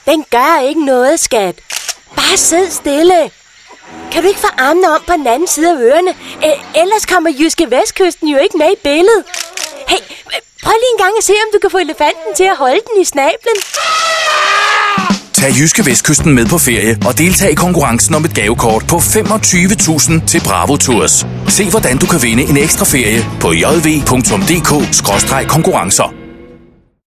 Den gør ikke noget, skat. Bare sid stille. Kan du ikke få armene om på den anden side af ørerne? Ellers kommer Jyske Vestkysten jo ikke med i billedet. Hey, prøv lige en gang at se, om du kan få elefanten til at holde den i snablen. Tag Jyske Vestkysten med på ferie og deltag i konkurrencen om et gavekort på 25.000 til Bravo Tours. Se, hvordan du kan vinde en ekstra ferie på jv.dk/konkurrencer.